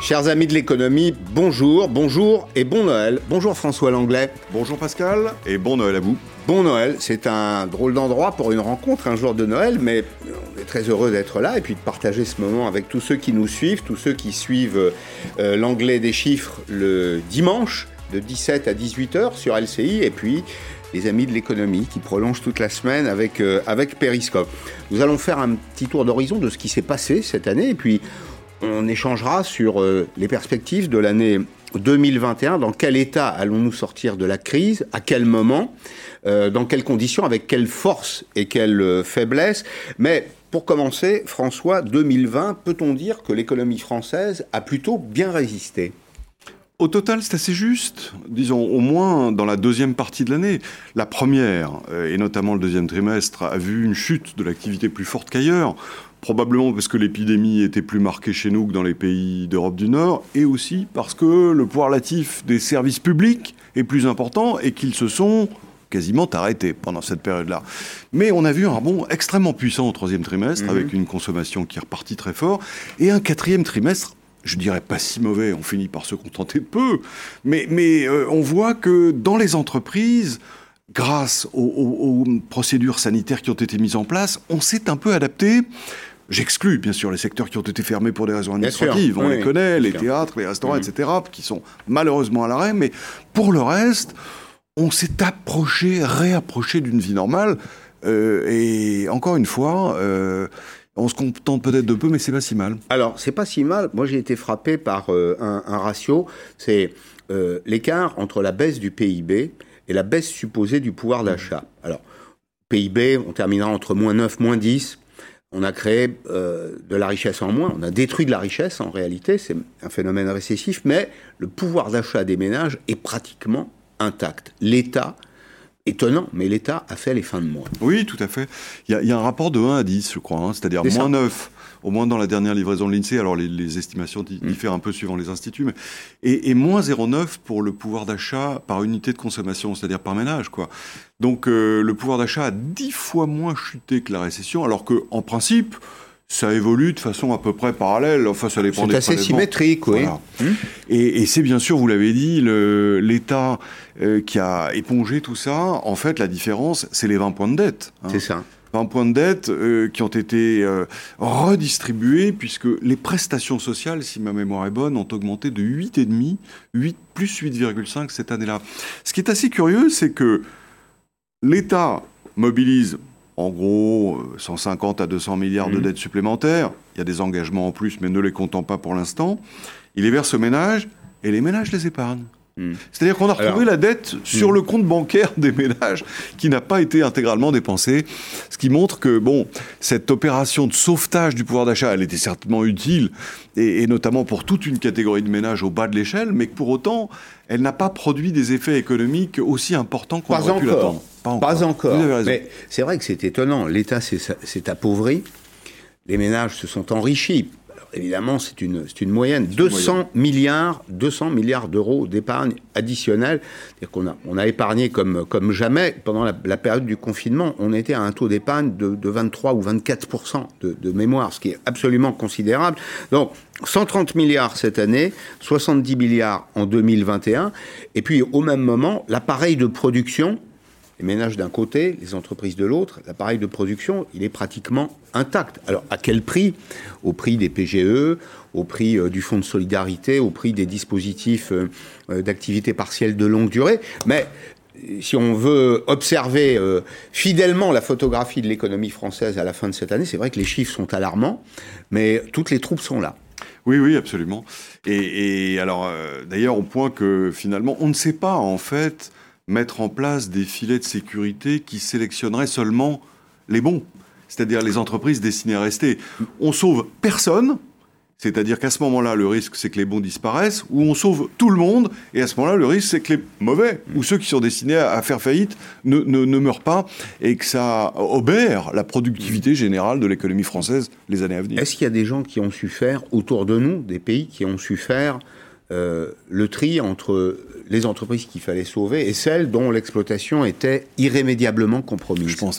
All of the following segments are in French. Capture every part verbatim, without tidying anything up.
Chers amis de l'économie, bonjour, bonjour et bon Noël. Bonjour François Langlais. Bonjour Pascal et bon Noël à vous. Bon Noël, c'est un drôle d'endroit pour une rencontre, un jour de Noël, mais on est très heureux d'être là et puis de partager ce moment avec tous ceux qui nous suivent, tous ceux qui suivent euh, l'anglais des chiffres le dimanche de dix-sept à dix-huit heures sur L C I et puis les amis de l'économie qui prolongent toute la semaine avec, euh, avec Périscope. Nous allons faire un petit tour d'horizon de ce qui s'est passé cette année et puis on échangera sur euh, les perspectives de l'année deux mille vingt et un. Dans quel état allons-nous sortir de la crise ? À quel moment ? euh, Dans quelles conditions ? Avec quelle force et quelle euh, faiblesse ? Mais pour commencer, François, deux mille vingt, peut-on dire que l'économie française a plutôt bien résisté ? Au total, c'est assez juste, disons, au moins dans la deuxième partie de l'année. La première, et notamment le deuxième trimestre, a vu une chute de l'activité plus forte qu'ailleurs, probablement parce que l'épidémie était plus marquée chez nous que dans les pays d'Europe du Nord, et aussi parce que le poids relatif des services publics est plus important et qu'ils se sont quasiment arrêtés pendant cette période-là. Mais on a vu un rebond extrêmement puissant au troisième trimestre, mmh. avec une consommation qui est repartie très fort, et un quatrième trimestre, je dirais pas si mauvais, on finit par se contenter de peu, mais, mais euh, on voit que dans les entreprises, grâce aux, aux, aux procédures sanitaires qui ont été mises en place, on s'est un peu adapté. J'exclus bien sûr les secteurs qui ont été fermés pour des raisons administratives, on oui, les connaît, les théâtres, les restaurants, mmh. et cetera, qui sont malheureusement à l'arrêt, mais pour le reste, on s'est approché, réapproché d'une vie normale, euh, et encore une fois... Euh, on se contente peut-être de peu, mais c'est pas si mal. Alors, c'est pas si mal. Moi, j'ai été frappé par euh, un, un ratio. C'est euh, l'écart entre la baisse du P I B et la baisse supposée du pouvoir d'achat. Alors, P I B, on terminera entre moins neuf, moins dix. On a créé euh, de la richesse en moins. On a détruit de la richesse, en réalité. C'est un phénomène récessif. Mais le pouvoir d'achat des ménages est pratiquement intact. L'État... Étonnant, mais l'État a fait les fins de mois. Oui, tout à fait. Il y a, il y a un rapport de un à dix, je crois, hein, c'est-à-dire c'est moins neuf, au moins dans la dernière livraison de l'INSEE. Alors, les, les estimations diffèrent mmh. un peu suivant les instituts, mais, et, et moins zéro virgule neuf pour le pouvoir d'achat par unité de consommation, c'est-à-dire par ménage, quoi. Donc, euh, le pouvoir d'achat a dix fois moins chuté que la récession, alors qu'en principe... ça évolue de façon à peu près parallèle. Enfin, ça dépend c'est des assez prélèvements. Symétrique, oui. Voilà. Mmh. Et, et c'est bien sûr, vous l'avez dit, le, l'État euh, qui a épongé tout ça. En fait, la différence, c'est les vingt points de dette. Hein. C'est ça. vingt points de dette euh, qui ont été euh, redistribués, puisque les prestations sociales, si ma mémoire est bonne, ont augmenté de huit virgule cinq, huit, plus huit virgule cinq cette année-là. Ce qui est assez curieux, c'est que l'État mobilise... en gros, cent cinquante à deux cents milliards de dettes supplémentaires. Il y a des engagements en plus, mais ne les comptons pas pour l'instant. Il les verse aux ménages, et les ménages les épargnent. Mmh. C'est-à-dire qu'on a retrouvé Alors, la dette sur mmh. le compte bancaire des ménages qui n'a pas été intégralement dépensée. Ce qui montre que, bon, cette opération de sauvetage du pouvoir d'achat, elle était certainement utile, et, et notamment pour toute une catégorie de ménages au bas de l'échelle, mais que pour autant, elle n'a pas produit des effets économiques aussi importants qu'on pas aurait encore. pu l'attendre. Pas encore. Pas encore. Mais c'est vrai que c'est étonnant. L'État s'est, s'est appauvri. Les ménages se sont enrichis. Alors, évidemment, c'est une, c'est une moyenne. deux cents milliards, deux cents milliards d'euros d'épargne additionnelle. C'est-à-dire qu'on a, on a épargné comme, comme jamais. Pendant la, la période du confinement, on était à un taux d'épargne de, de vingt-trois ou vingt-quatre pour cent de, de mémoire, ce qui est absolument considérable. Donc, cent trente milliards cette année, soixante-dix milliards en deux mille vingt et un. Et puis, au même moment, l'appareil de production... les ménages d'un côté, les entreprises de l'autre, l'appareil de production, il est pratiquement intact. Alors, à quel prix ? Au prix des P G E, au prix euh, du Fonds de solidarité, au prix des dispositifs euh, d'activité partielle de longue durée. Mais si on veut observer euh, fidèlement la photographie de l'économie française à la fin de cette année, c'est vrai que les chiffres sont alarmants, mais toutes les troupes sont là. Oui, oui, absolument. Et, et alors, euh, d'ailleurs, au point que, finalement, on ne sait pas, en fait... mettre en place des filets de sécurité qui sélectionneraient seulement les bons, c'est-à-dire les entreprises destinées à rester. On sauve personne, c'est-à-dire qu'à ce moment-là, le risque, c'est que les bons disparaissent, ou on sauve tout le monde, et à ce moment-là, le risque, c'est que les mauvais, ou ceux qui sont destinés à faire faillite, ne, ne, ne meurent pas, et que ça obère la productivité générale de l'économie française les années à venir. Est-ce qu'il y a des gens qui ont su faire, autour de nous, des pays qui ont su faire euh, le tri entre les entreprises qu'il fallait sauver et celles dont l'exploitation était irrémédiablement compromise? Je pense pas.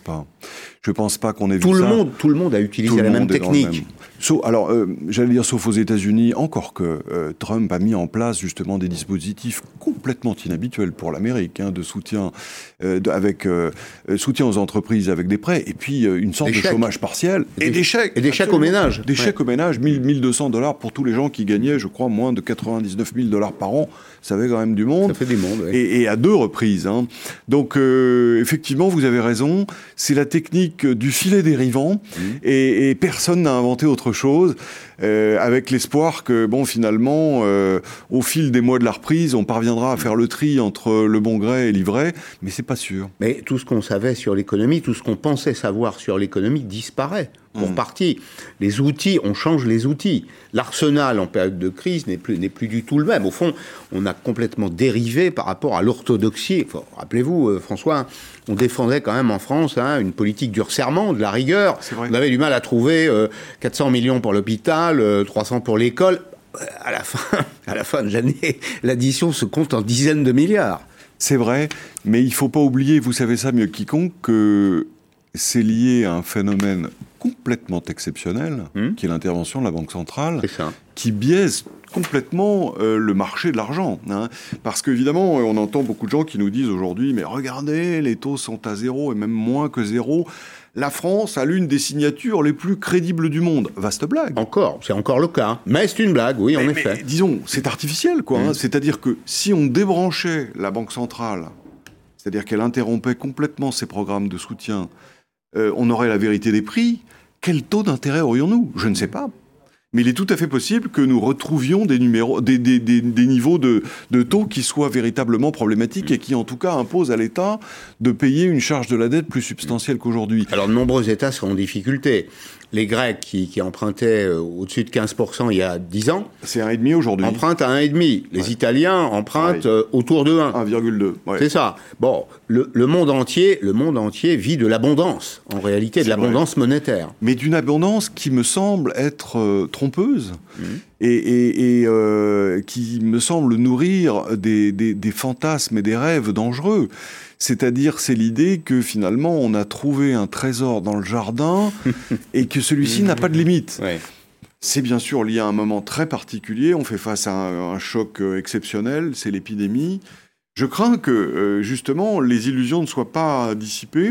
Je ne pense pas qu'on ait tout vu le ça. Monde, tout le monde a utilisé la même technique. Sauf, alors, euh, j'allais dire sauf aux États-Unis, encore que euh, Trump a mis en place justement des dispositifs complètement inhabituels pour l'Amérique, hein, de soutien euh, de, avec euh, soutien aux entreprises avec des prêts, et puis euh, une sorte des de chèques. chômage partiel et, et des, des chèques, et des chèques au ménage, des ouais. chèques au ménage, mille, mille deux cents dollars pour tous les gens qui gagnaient, je crois, moins de quatre-vingt-dix-neuf mille dollars par an. Ça fait quand même du monde. Ça fait du monde, ouais. et, et à deux reprises. Hein. Donc, euh, effectivement, vous avez raison. C'est la technique du filet dérivant, mmh. et, et personne n'a inventé autre chose. Euh, avec l'espoir que, bon, finalement, euh, au fil des mois de la reprise, on parviendra à faire le tri entre le bon gré et l'ivraie, mais c'est pas sûr. Mais tout ce qu'on savait sur l'économie, tout ce qu'on pensait savoir sur l'économie disparaît, pour mmh. partie. Les outils, on change les outils. L'arsenal en période de crise n'est plus, n'est plus du tout le même. Au fond, on a complètement dérivé par rapport à l'orthodoxie. Enfin, rappelez-vous, euh, François, on défendait quand même en France hein, une politique du resserrement, de la rigueur. On avait du mal à trouver euh, quatre cents millions pour l'hôpital, euh, trois cents pour l'école. À la fin, à la fin de l'année, l'addition se compte en dizaines de milliards. C'est vrai, mais il ne faut pas oublier, vous savez ça mieux que quiconque, que c'est lié à un phénomène complètement exceptionnel, mmh. qui est l'intervention de la Banque centrale, qui biaise complètement euh, le marché de l'argent. Hein. Parce qu'évidemment, on entend beaucoup de gens qui nous disent aujourd'hui « mais regardez, les taux sont à zéro, et même moins que zéro. La France a l'une des signatures les plus crédibles du monde. » Vaste blague. Encore, c'est encore le cas. Mais c'est une blague, oui, en mais, effet. Mais, disons, c'est artificiel, quoi. Mmh. Hein. C'est-à-dire que si on débranchait la Banque centrale, c'est-à-dire qu'elle interrompait complètement ses programmes de soutien, euh, on aurait la vérité des prix. Quel taux d'intérêt aurions-nous ? Je ne sais pas. Mais il est tout à fait possible que nous retrouvions des, numéros, des, des, des, des niveaux de, de taux qui soient véritablement problématiques et qui, en tout cas, imposent à l'État de payer une charge de la dette plus substantielle qu'aujourd'hui. Alors, de nombreux États sont en difficulté. Les Grecs, qui, qui empruntaient au-dessus de quinze pour cent il y a dix ans... C'est un virgule cinq aujourd'hui. Empruntent à un virgule cinq. Les ouais. Italiens empruntent euh, autour de un. un virgule deux. Ouais. C'est ça. Bon, le, le, monde entier, le monde entier vit de l'abondance, en réalité, de l'abondance vrai. monétaire. Mais d'une abondance qui me semble être euh, trompeuse mmh. et, et, et euh, qui me semble nourrir des, des, des fantasmes et des rêves dangereux. C'est-à-dire, c'est l'idée que finalement, on a trouvé un trésor dans le jardin et que celui-ci n'a pas de limite. Ouais. C'est bien sûr lié à un moment très particulier. On fait face à un, un choc exceptionnel, c'est l'épidémie. Je crains que, euh, justement, les illusions ne soient pas dissipées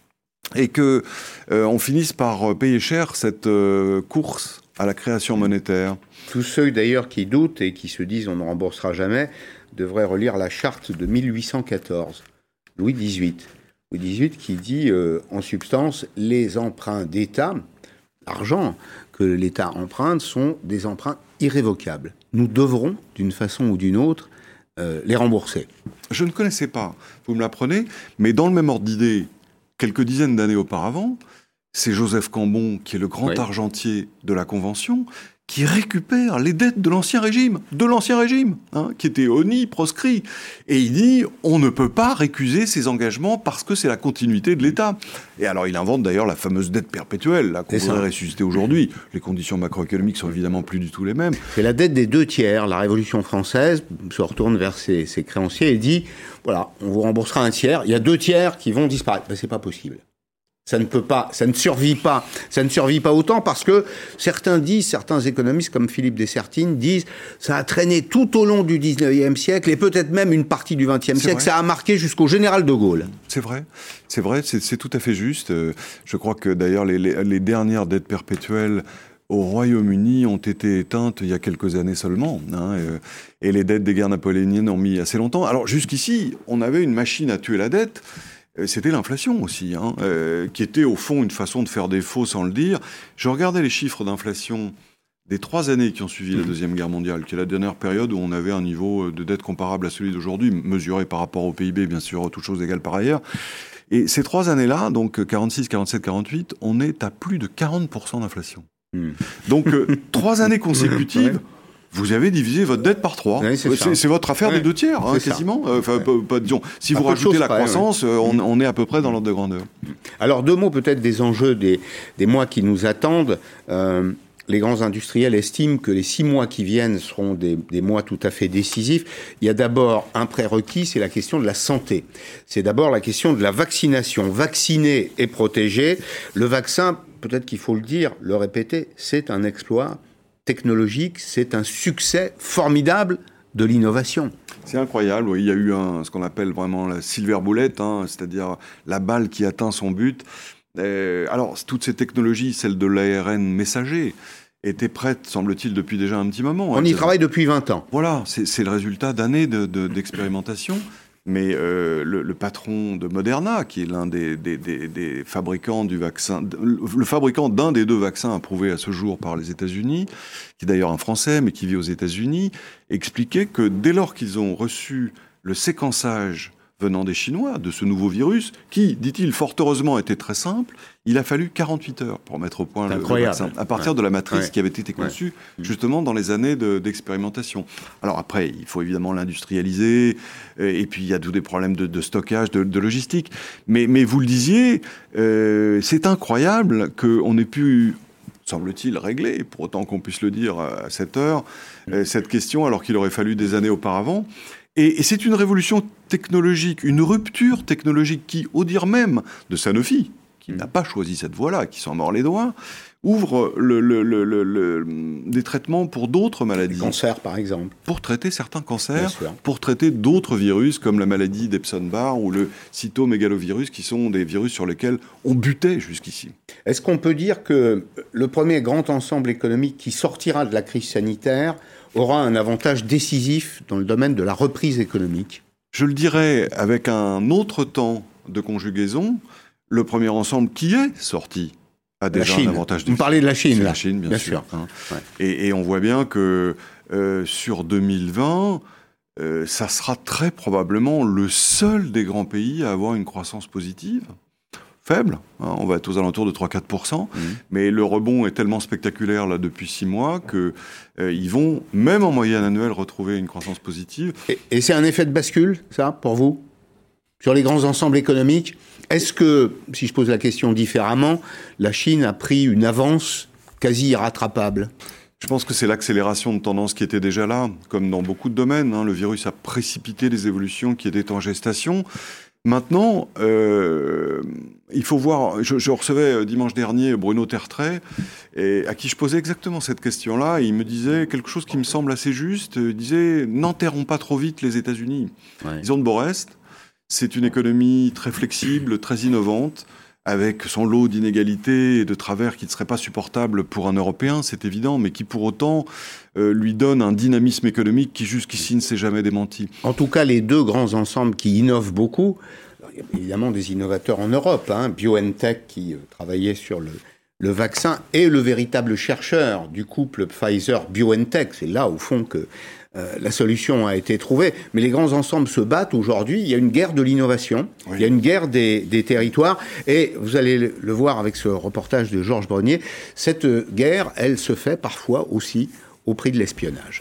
et qu'on euh, finisse par payer cher cette euh, course à la création monétaire. Tous ceux, d'ailleurs, qui doutent et qui se disent « on ne remboursera jamais » devraient relire la charte de mille huit cent quatorze. Louis dix-huit. Louis dix-huit qui dit, euh, en substance, les emprunts d'État, l'argent que l'État emprunte, sont des emprunts irrévocables. Nous devrons, d'une façon ou d'une autre, euh, les rembourser. Je ne connaissais pas, vous me l'apprenez, mais dans le même ordre d'idée, quelques dizaines d'années auparavant, c'est Joseph Cambon, qui est le grand oui. argentier de la Convention, qui récupère les dettes de l'Ancien Régime, de l'Ancien Régime, hein, qui était honni, proscrit. Et il dit, on ne peut pas récuser ces engagements parce que c'est la continuité de l'État. Et alors, il invente d'ailleurs la fameuse dette perpétuelle, là, qu'on voudrait ressusciter aujourd'hui. Les conditions macroéconomiques sont évidemment plus du tout les mêmes. C'est la dette des deux tiers. La Révolution française se retourne vers ses, ses créanciers et dit, voilà, on vous remboursera un tiers. Il y a deux tiers qui vont disparaître. Ben, c'est pas possible. Ça ne peut pas, ça ne survit pas, ça ne survit pas autant parce que certains disent, certains économistes comme Philippe Dessertine disent, ça a traîné tout au long du dix-neuvième siècle et peut-être même une partie du vingtième siècle, vrai. Ça a marqué jusqu'au général de Gaulle. C'est vrai, c'est vrai, c'est, c'est tout à fait juste. Je crois que d'ailleurs les, les, les dernières dettes perpétuelles au Royaume-Uni ont été éteintes il y a quelques années seulement, hein, et, et les dettes des guerres napoléoniennes ont mis assez longtemps. Alors jusqu'ici, on avait une machine à tuer la dette. C'était l'inflation aussi, hein, euh, qui était au fond une façon de faire défaut sans le dire. Je regardais les chiffres d'inflation des trois années qui ont suivi la Deuxième Guerre mondiale, qui est la dernière période où on avait un niveau de dette comparable à celui d'aujourd'hui, mesuré par rapport au P I B, bien sûr, toutes choses égales par ailleurs. Et ces trois années-là, donc quarante-six, quarante-sept, quarante-huit, on est à plus de quarante pour cent d'inflation. Mmh. Donc euh, trois années consécutives... Ouais. Vous avez divisé votre dette par trois. Oui, c'est, c'est, c'est votre affaire ouais. des deux tiers, hein, quasiment. Enfin, ouais. pas, pas, disons, si un vous rajoutez la près, croissance, ouais. on, on est à peu près dans l'ordre de grandeur. Alors, deux mots peut-être des enjeux des, des mois qui nous attendent. Euh, les grands industriels estiment que les six mois qui viennent seront des, des mois tout à fait décisifs. Il y a d'abord un prérequis, c'est la question de la santé. C'est d'abord la question de la vaccination. Vacciner et protéger. Le vaccin, peut-être qu'il faut le dire, le répéter, c'est un exploit technologique, c'est un succès formidable de l'innovation. C'est incroyable, oui. Il y a eu un, ce qu'on appelle vraiment la silver bullet, hein, c'est-à-dire la balle qui atteint son but. Euh, alors, toutes ces technologies, celle de l'A R N messager, étaient prêtes, semble-t-il, depuis déjà un petit moment. On hein, y travaille depuis vingt ans. Voilà, c'est, c'est le résultat d'années de, de, d'expérimentation. Mais euh, le, le patron de Moderna, qui est l'un des, des, des, des fabricants du vaccin, le fabricant d'un des deux vaccins approuvés à ce jour par les États-Unis, qui est d'ailleurs un Français, mais qui vit aux États-Unis, expliquait que dès lors qu'ils ont reçu le séquençage venant des Chinois de ce nouveau virus, qui, dit-il, fort heureusement était très simple, il a fallu quarante-huit heures pour mettre au point le, le vaccin, à partir ouais. de la matrice ouais. qui avait été conçue ouais. justement dans les années de, d'expérimentation. Alors après, il faut évidemment l'industrialiser, et puis il y a tous des problèmes de, de stockage, de, de logistique. Mais, mais vous le disiez, euh, c'est incroyable qu'on ait pu, semble-t-il, régler, pour autant qu'on puisse le dire à cette heure, euh, cette question, alors qu'il aurait fallu des années auparavant. Et, et c'est une révolution technologique, une rupture technologique qui, au dire même de Sanofi, qui n'a pas choisi cette voie-là, qui s'en mord les doigts, ouvre le, le, le, le, le, des traitements pour d'autres maladies. Les cancers, par exemple. Pour traiter certains cancers, pour traiter d'autres virus, comme la maladie d'Epstein-Barr ou le cytomégalovirus, qui sont des virus sur lesquels on butait jusqu'ici. Est-ce qu'on peut dire que le premier grand ensemble économique qui sortira de la crise sanitaire aura un avantage décisif dans le domaine de la reprise économique? Je le dirais avec un autre temps de conjugaison. Le premier ensemble qui est sorti a déjà un avantage. Vous parlez de la Chine, C'est là. La Chine, bien, bien sûr. sûr. Hein. Ouais. Et, et on voit bien que euh, sur deux mille vingt, euh, ça sera très probablement le seul des grands pays à avoir une croissance positive. Faible, hein, on va être aux alentours de trois à quatre pour cent, mmh. mais le rebond est tellement spectaculaire là depuis six mois qu'ils euh, vont, même en moyenne annuelle, retrouver une croissance positive. Et, et c'est un effet de bascule, ça, pour vous, sur les grands ensembles économiques? Est-ce que, si je pose la question différemment, la Chine a pris une avance quasi irrattrapable? Je pense que c'est l'accélération de tendance qui était déjà là, comme dans beaucoup de domaines. Hein, le virus a précipité les évolutions qui étaient en gestation. Maintenant, euh, il faut voir, je, je recevais dimanche dernier Bruno Tertrais, et à qui je posais exactement cette question-là, et il me disait quelque chose qui me semble assez juste, il disait « N'enterrons pas trop vite les États-Unis ouais. ». Ils ont de Borest, c'est une économie très flexible, très innovante, avec son lot d'inégalités et de travers qui ne seraient pas supportables pour un Européen, c'est évident, mais qui pour autant euh, lui donne un dynamisme économique qui jusqu'ici ne s'est jamais démenti. En tout cas, les deux grands ensembles qui innovent beaucoup, il y a évidemment des innovateurs en Europe, hein, BioNTech qui euh, travaillait sur le, le vaccin, et le véritable chercheur du couple Pfizer-BioNTech, c'est là au fond que Euh, la solution a été trouvée, mais les grands ensembles se battent aujourd'hui. Il y a une guerre de l'innovation, oui. il y a une guerre des, des territoires, et vous allez le, le voir avec ce reportage de Georges Brenier, cette guerre, elle se fait parfois aussi au prix de l'espionnage.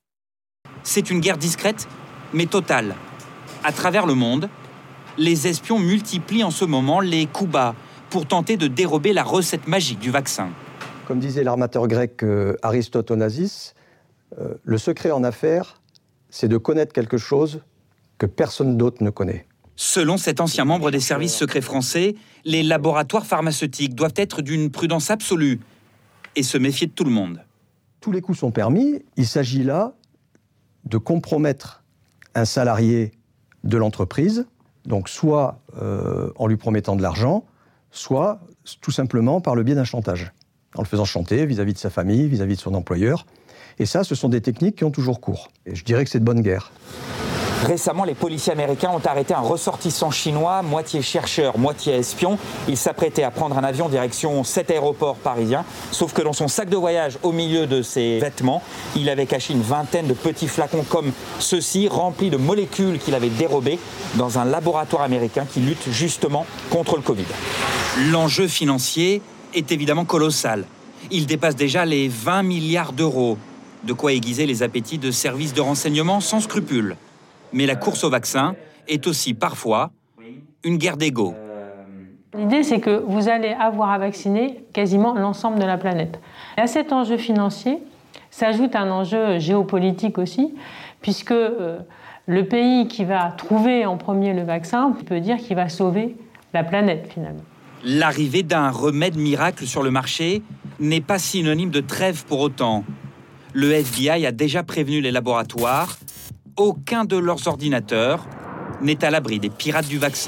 C'est une guerre discrète, mais totale. À travers le monde, les espions multiplient en ce moment les coups bas pour tenter de dérober la recette magique du vaccin. Comme disait l'armateur grec euh, Aristote Onassis, Euh, le secret en affaires, c'est de connaître quelque chose que personne d'autre ne connaît. Selon cet ancien membre des services secrets français, les laboratoires pharmaceutiques doivent être d'une prudence absolue et se méfier de tout le monde. Tous les coups sont permis. Il s'agit là de compromettre un salarié de l'entreprise, donc soit euh, en lui promettant de l'argent, soit tout simplement par le biais d'un chantage, en le faisant chanter vis-à-vis de sa famille, vis-à-vis de son employeur. Et ça, ce sont des techniques qui ont toujours cours. Et je dirais que c'est de bonne guerre. Récemment, les policiers américains ont arrêté un ressortissant chinois, moitié chercheur, moitié espion. Il s'apprêtait à prendre un avion direction cet aéroport parisien. Sauf que dans son sac de voyage, au milieu de ses vêtements, il avait caché une vingtaine de petits flacons comme ceux-ci, remplis de molécules qu'il avait dérobées dans un laboratoire américain qui lutte justement contre le Covid. L'enjeu financier est évidemment colossal. Il dépasse déjà les vingt milliards d'euros. De quoi aiguiser les appétits de services de renseignement sans scrupules. Mais la course au vaccin est aussi parfois une guerre d'ego. L'idée, c'est que vous allez avoir à vacciner quasiment l'ensemble de la planète. Et à cet enjeu financier s'ajoute un enjeu géopolitique aussi, puisque euh, le pays qui va trouver en premier le vaccin peut dire qu'il va sauver la planète, finalement. L'arrivée d'un remède miracle sur le marché n'est pas synonyme de trêve pour autant. Le F B I a déjà prévenu les laboratoires. Aucun de leurs ordinateurs n'est à l'abri des pirates du vaccin.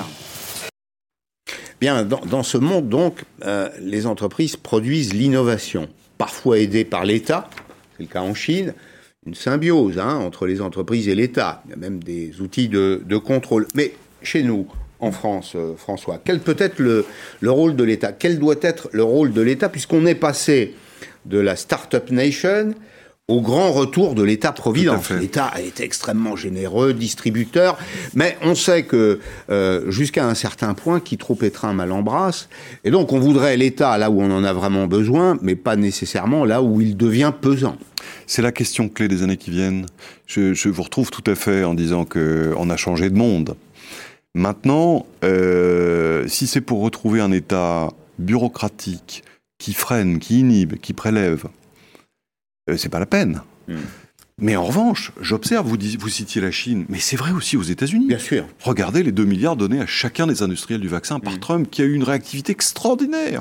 Bien, dans, dans ce monde, donc, euh, les entreprises produisent l'innovation, parfois aidées par l'État, c'est le cas en Chine, une symbiose hein, entre les entreprises et l'État. Il y a même des outils de, de contrôle. Mais chez nous, en France, euh, François, quel peut être le, le rôle de l'État ? Quel doit être le rôle de l'État, puisqu'on est passé de la Start-up Nation au grand retour de l'État-providence. L'État a été extrêmement généreux, distributeur, mais on sait que euh, jusqu'à un certain point, qui trop étreint mal embrasse, et donc on voudrait l'État là où on en a vraiment besoin, mais pas nécessairement là où il devient pesant. C'est la question clé des années qui viennent. Je, je vous retrouve tout à fait en disant qu'on a changé de monde. Maintenant, euh, si c'est pour retrouver un État bureaucratique qui freine, qui inhibe, qui prélève, Euh, c'est pas la peine. Mmh. Mais en revanche, j'observe, vous, dis, vous citiez la Chine, mais c'est vrai aussi aux États-Unis. Bien sûr. Regardez les deux milliards donnés à chacun des industriels du vaccin par mmh. Trump, qui a eu une réactivité extraordinaire.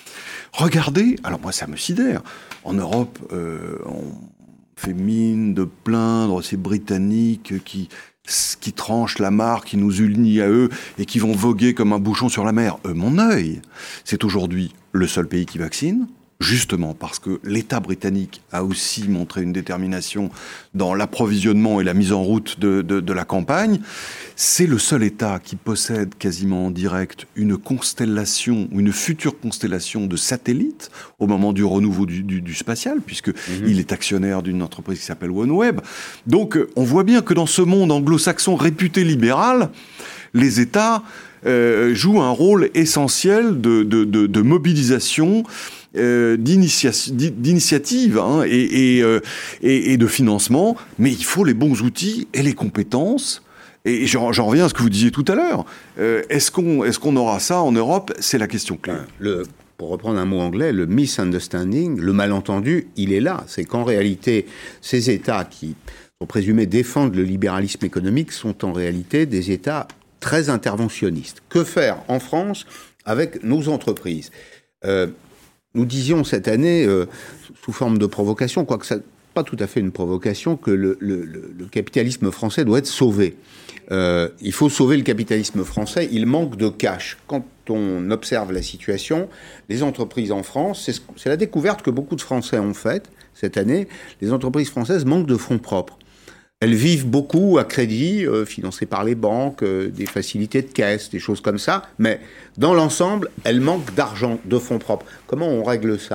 Regardez, alors moi ça me sidère, en Europe, euh, on fait mine de plaindre ces Britanniques qui, qui tranchent la mare, qui nous unit à eux et qui vont voguer comme un bouchon sur la mer. Euh, mon œil, c'est aujourd'hui le seul pays qui vaccine. Justement parce que l'État britannique a aussi montré une détermination dans l'approvisionnement et la mise en route de, de, de la campagne. C'est le seul État qui possède quasiment en direct une constellation, ou une future constellation de satellites au moment du renouveau du, du, du spatial, puisque mmh. il est actionnaire d'une entreprise qui s'appelle OneWeb. Donc on voit bien que dans ce monde anglo-saxon réputé libéral, les États euh, jouent un rôle essentiel de, de, de, de mobilisation, Euh, d'initia- d'initiative hein, et, et, euh, et, et de financement, mais il faut les bons outils et les compétences. Et j'en, j'en reviens à ce que vous disiez tout à l'heure. Euh, est-ce qu'on, est-ce qu'on aura ça en Europe ? C'est la question clé. Le, pour reprendre un mot anglais, le misunderstanding, le malentendu, il est là. C'est qu'en réalité, ces États qui sont présumés défendre le libéralisme économique sont en réalité des États très interventionnistes. Que faire en France avec nos entreprises ? euh, Nous disions cette année, euh, sous forme de provocation, quoique ce n'est pas tout à fait une provocation, que le, le, le capitalisme français doit être sauvé. Euh, il faut sauver le capitalisme français, il manque de cash. Quand on observe la situation, les entreprises en France, c'est, c'est la découverte que beaucoup de Français ont faite cette année, les entreprises françaises manquent de fonds propres. Elles vivent beaucoup à crédit, euh, financées par les banques, euh, des facilités de caisse, des choses comme ça. Mais dans l'ensemble, elles manquent d'argent, de fonds propres. Comment on règle ça ?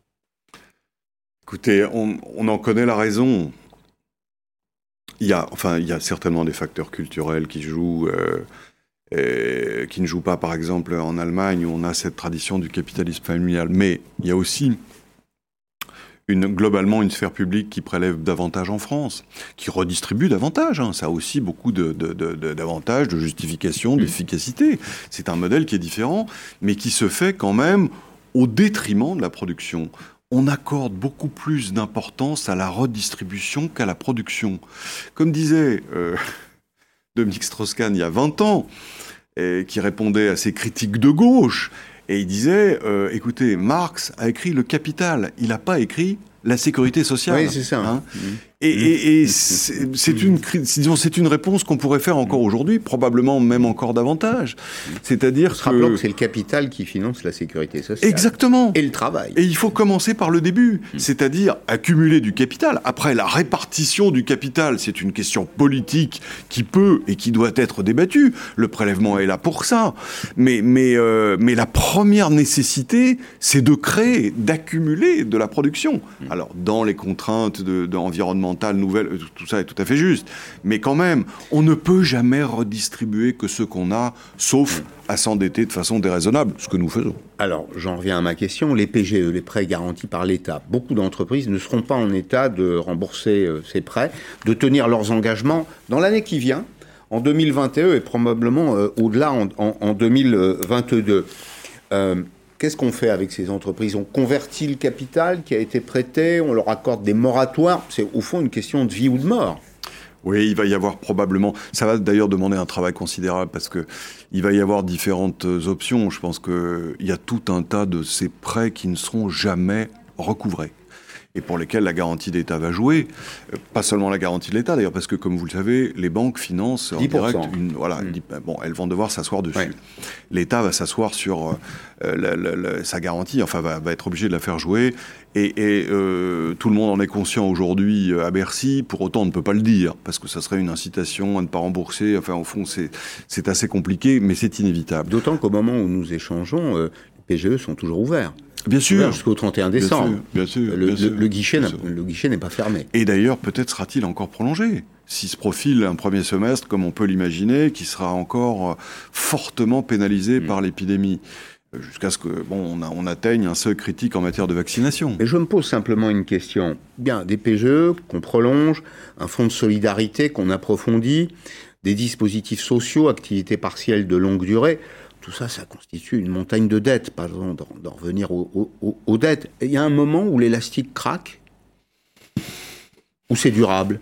Écoutez, on, on en connaît la raison. Il y a, enfin, il y a certainement des facteurs culturels qui jouent, euh, et, qui ne jouent pas, par exemple, en Allemagne, où on a cette tradition du capitalisme familial. Mais il y a aussi Une, globalement une sphère publique qui prélève davantage en France, qui redistribue davantage. Hein. Ça a aussi beaucoup de, de, de, de, d'avantages, de justification, d'efficacité. C'est un modèle qui est différent, mais qui se fait quand même au détriment de la production. On accorde beaucoup plus d'importance à la redistribution qu'à la production. Comme disait euh, Dominique Strauss-Kahn il y a vingt ans, et qui répondait à ses critiques de gauche, et il disait, euh, écoutez, Marx a écrit Le Capital, il n'a pas écrit la sécurité sociale. Oui, c'est ça. Hein. Mmh. Et, et, et c'est, c'est, une, disons, c'est une réponse qu'on pourrait faire encore aujourd'hui, probablement même encore davantage. C'est-à-dire que... Rappelons que c'est le capital qui finance la sécurité sociale. Exactement. Et le travail. Et il faut commencer par le début, mmh. c'est-à-dire accumuler du capital. Après, la répartition du capital, c'est une question politique qui peut et qui doit être débattue. Le prélèvement est là pour ça. Mais, mais, euh, mais la première nécessité, c'est de créer, d'accumuler de la production. Mmh. Alors, dans les contraintes de, de environnementales nouvelles, tout ça est tout à fait juste. Mais quand même, on ne peut jamais redistribuer que ce qu'on a, sauf à s'endetter de façon déraisonnable, ce que nous faisons. Alors, j'en reviens à ma question. Les P G E, les prêts garantis par l'État, beaucoup d'entreprises ne seront pas en état de rembourser euh, ces prêts, de tenir leurs engagements dans l'année qui vient, en deux mille vingt et un et probablement euh, au-delà en, en, en deux mille vingt-deux. Euh, Qu'est-ce qu'on fait avec ces entreprises? On convertit le capital qui a été prêté, on leur accorde des moratoires. C'est au fond une question de vie ou de mort. Oui, il va y avoir probablement... Ça va d'ailleurs demander un travail considérable parce qu'il va y avoir différentes options. Je pense qu'il y a tout un tas de ces prêts qui ne seront jamais recouvrés et pour lesquels la garantie d'État va jouer. Pas seulement la garantie de l'État, d'ailleurs, parce que, comme vous le savez, les banques financent en dix pour cent. direct... Une, voilà, mmh. bon, elles vont devoir s'asseoir dessus. Ouais. L'État va s'asseoir sur euh, la, la, la, sa garantie, enfin, va, va être obligé de la faire jouer. Et, et euh, tout le monde en est conscient aujourd'hui à Bercy, pour autant on ne peut pas le dire, parce que ça serait une incitation à ne pas rembourser. Enfin, au fond, c'est, c'est assez compliqué, mais c'est inévitable. D'autant qu'au moment où nous échangeons, euh, les P G E sont toujours ouverts. Bien sûr. Jusqu'au trente et un décembre. Bien sûr, bien sûr, le, bien sûr, le, le, guichet bien sûr. le guichet n'est pas fermé. Et d'ailleurs, peut-être sera-t-il encore prolongé. Si se profile un premier semestre, comme on peut l'imaginer, qui sera encore fortement pénalisé mmh. par l'épidémie. Jusqu'à ce que bon, on, a, on atteigne un seuil critique en matière de vaccination. Mais je me pose simplement une question. Bien, des P G E qu'on prolonge, un fonds de solidarité qu'on approfondit, des dispositifs sociaux, activités partielles de longue durée... Tout ça, ça constitue une montagne de dettes, pas besoin d'en, d'en revenir aux, aux, aux dettes. Il y a un moment où l'élastique craque, où c'est durable.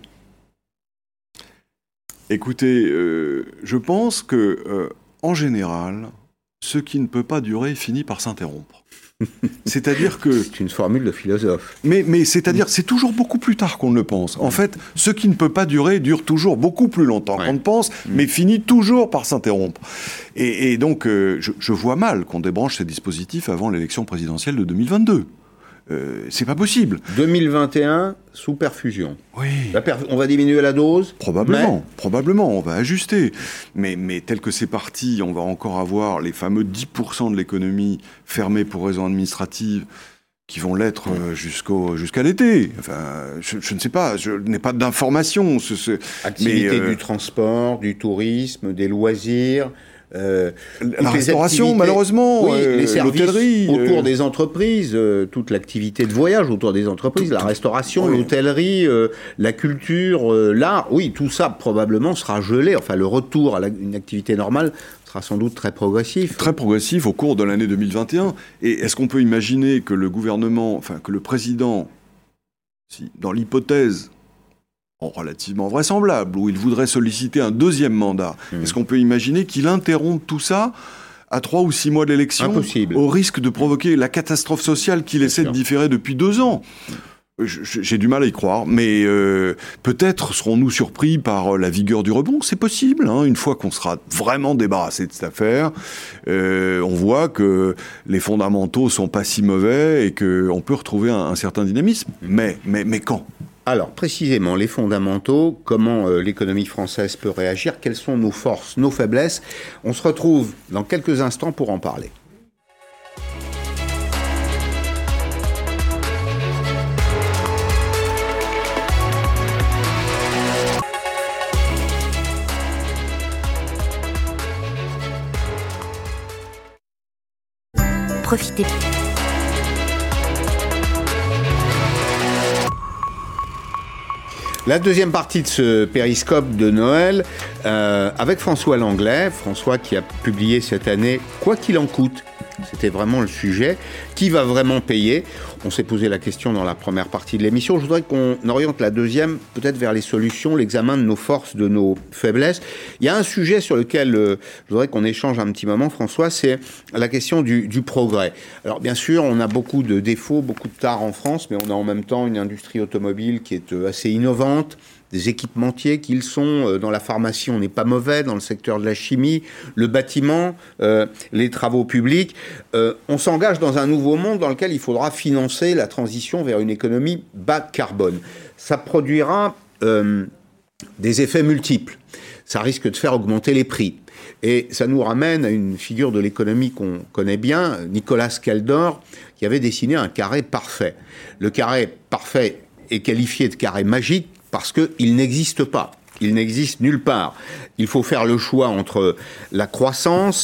Écoutez, euh, je pense que, euh, en général, ce qui ne peut pas durer finit par s'interrompre. C'est-à-dire que... C'est une formule de philosophe. Mais, mais c'est-à-dire, c'est toujours beaucoup plus tard qu'on ne le pense. En fait, ce qui ne peut pas durer dure toujours beaucoup plus longtemps ouais. qu'on ne pense, mais finit toujours par s'interrompre. Et, et donc, euh, je, je vois mal qu'on débranche ces dispositifs avant l'élection présidentielle de deux mille vingt-deux. Euh, c'est pas possible. deux mille vingt et un, sous perfusion. Oui. La perf- on va diminuer la dose. Probablement, mais... probablement, on va ajuster. Mais, mais tel que c'est parti, on va encore avoir les fameux dix pour cent de l'économie fermée pour raisons administratives qui vont l'être jusqu'au, jusqu'à l'été. Enfin, je, je ne sais pas, je n'ai pas d'informations. Ce, ce... Activité mais, euh... du transport, du tourisme, des loisirs... Euh, la restauration, malheureusement, oui, euh, les services l'hôtellerie, autour euh... des entreprises, euh, toute l'activité de voyage autour des entreprises, tout, la restauration, oui. l'hôtellerie, euh, la culture, euh, l'art, oui, tout ça probablement sera gelé. Enfin, le retour à la, une activité normale sera sans doute très progressif. Très progressif au cours de l'année deux mille vingt et un. Et est-ce qu'on peut imaginer que le gouvernement, enfin que le président, si, dans l'hypothèse relativement vraisemblable, où il voudrait solliciter un deuxième mandat. Mmh. Est-ce qu'on peut imaginer qu'il interrompe tout ça à trois ou six mois de l'élection, Impossible. Au risque de provoquer la catastrophe sociale qu'il essaie de différer depuis deux ans? J'ai du mal à y croire, mais euh, peut-être serons-nous surpris par la vigueur du rebond. C'est possible, hein, une fois qu'on sera vraiment débarrassé de cette affaire. Euh, on voit que les fondamentaux sont pas si mauvais et qu'on peut retrouver un, un certain dynamisme. Mais, mais, mais quand ? Alors, précisément, les fondamentaux, comment euh, l'économie française peut réagir, quelles sont nos forces, nos faiblesses. On se retrouve dans quelques instants pour en parler. Profitez. La deuxième partie de ce périscope de Noël, euh, avec François Langlais, François qui a publié cette année « Quoi qu'il en coûte ». C'était vraiment le sujet. Qui va vraiment payer ? On s'est posé la question dans la première partie de l'émission. Je voudrais qu'on oriente la deuxième, peut-être vers les solutions, l'examen de nos forces, de nos faiblesses. Il y a un sujet sur lequel euh, je voudrais qu'on échange un petit moment, François, c'est la question du, du progrès. Alors bien sûr, on a beaucoup de défauts, beaucoup de tares en France, mais on a en même temps une industrie automobile qui est assez innovante, des équipementiers qu'ils sont. Dans la pharmacie, on n'est pas mauvais, dans le secteur de la chimie, le bâtiment, euh, les travaux publics. Euh, on s'engage dans un nouveau monde dans lequel il faudra financer la transition vers une économie bas carbone. Ça produira euh, des effets multiples. Ça risque de faire augmenter les prix. Et ça nous ramène à une figure de l'économie qu'on connaît bien, Nicolas Kaldor, qui avait dessiné un carré parfait. Le carré parfait est qualifié de carré magique, parce qu'il n'existe pas, il n'existe nulle part. Il faut faire le choix entre la croissance,